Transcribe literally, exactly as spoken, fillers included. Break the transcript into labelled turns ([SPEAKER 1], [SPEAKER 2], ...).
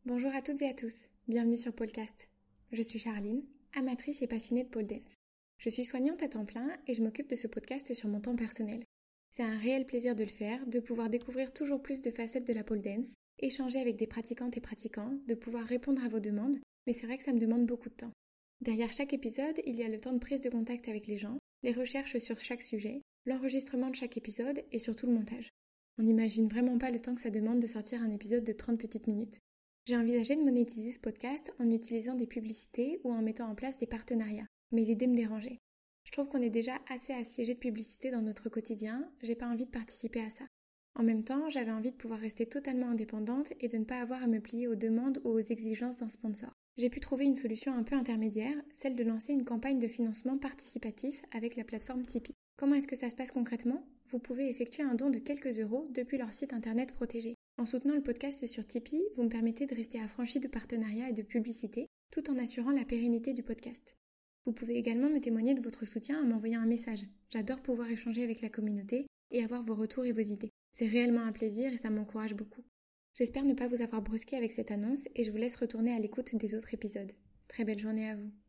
[SPEAKER 1] Bonjour à toutes et à tous, bienvenue sur Polecast. Je suis Charline, amatrice et passionnée de pole dance. Je suis soignante à temps plein et je m'occupe de ce podcast sur mon temps personnel. C'est un réel plaisir de le faire, de pouvoir découvrir toujours plus de facettes de la pole dance, échanger avec des pratiquantes et pratiquants, de pouvoir répondre à vos demandes, mais c'est vrai que ça me demande beaucoup de temps. Derrière chaque épisode, il y a le temps de prise de contact avec les gens, les recherches sur chaque sujet, l'enregistrement de chaque épisode et surtout le montage. On n'imagine vraiment pas le temps que ça demande de sortir un épisode de trente petites minutes. J'ai envisagé de monétiser ce podcast en utilisant des publicités ou en mettant en place des partenariats, mais l'idée me dérangeait. Je trouve qu'on est déjà assez assiégé de publicité dans notre quotidien, j'ai pas envie de participer à ça. En même temps, j'avais envie de pouvoir rester totalement indépendante et de ne pas avoir à me plier aux demandes ou aux exigences d'un sponsor. J'ai pu trouver une solution un peu intermédiaire, celle de lancer une campagne de financement participatif avec la plateforme Tipeee. Comment est-ce que ça se passe concrètement ? Vous pouvez effectuer un don de quelques euros depuis leur site internet protégé. En soutenant le podcast sur Tipeee, vous me permettez de rester affranchi de partenariats et de publicité, tout en assurant la pérennité du podcast. Vous pouvez également me témoigner de votre soutien en m'envoyant un message. J'adore pouvoir échanger avec la communauté et avoir vos retours et vos idées. C'est réellement un plaisir et ça m'encourage beaucoup. J'espère ne pas vous avoir brusqué avec cette annonce et je vous laisse retourner à l'écoute des autres épisodes. Très belle journée à vous.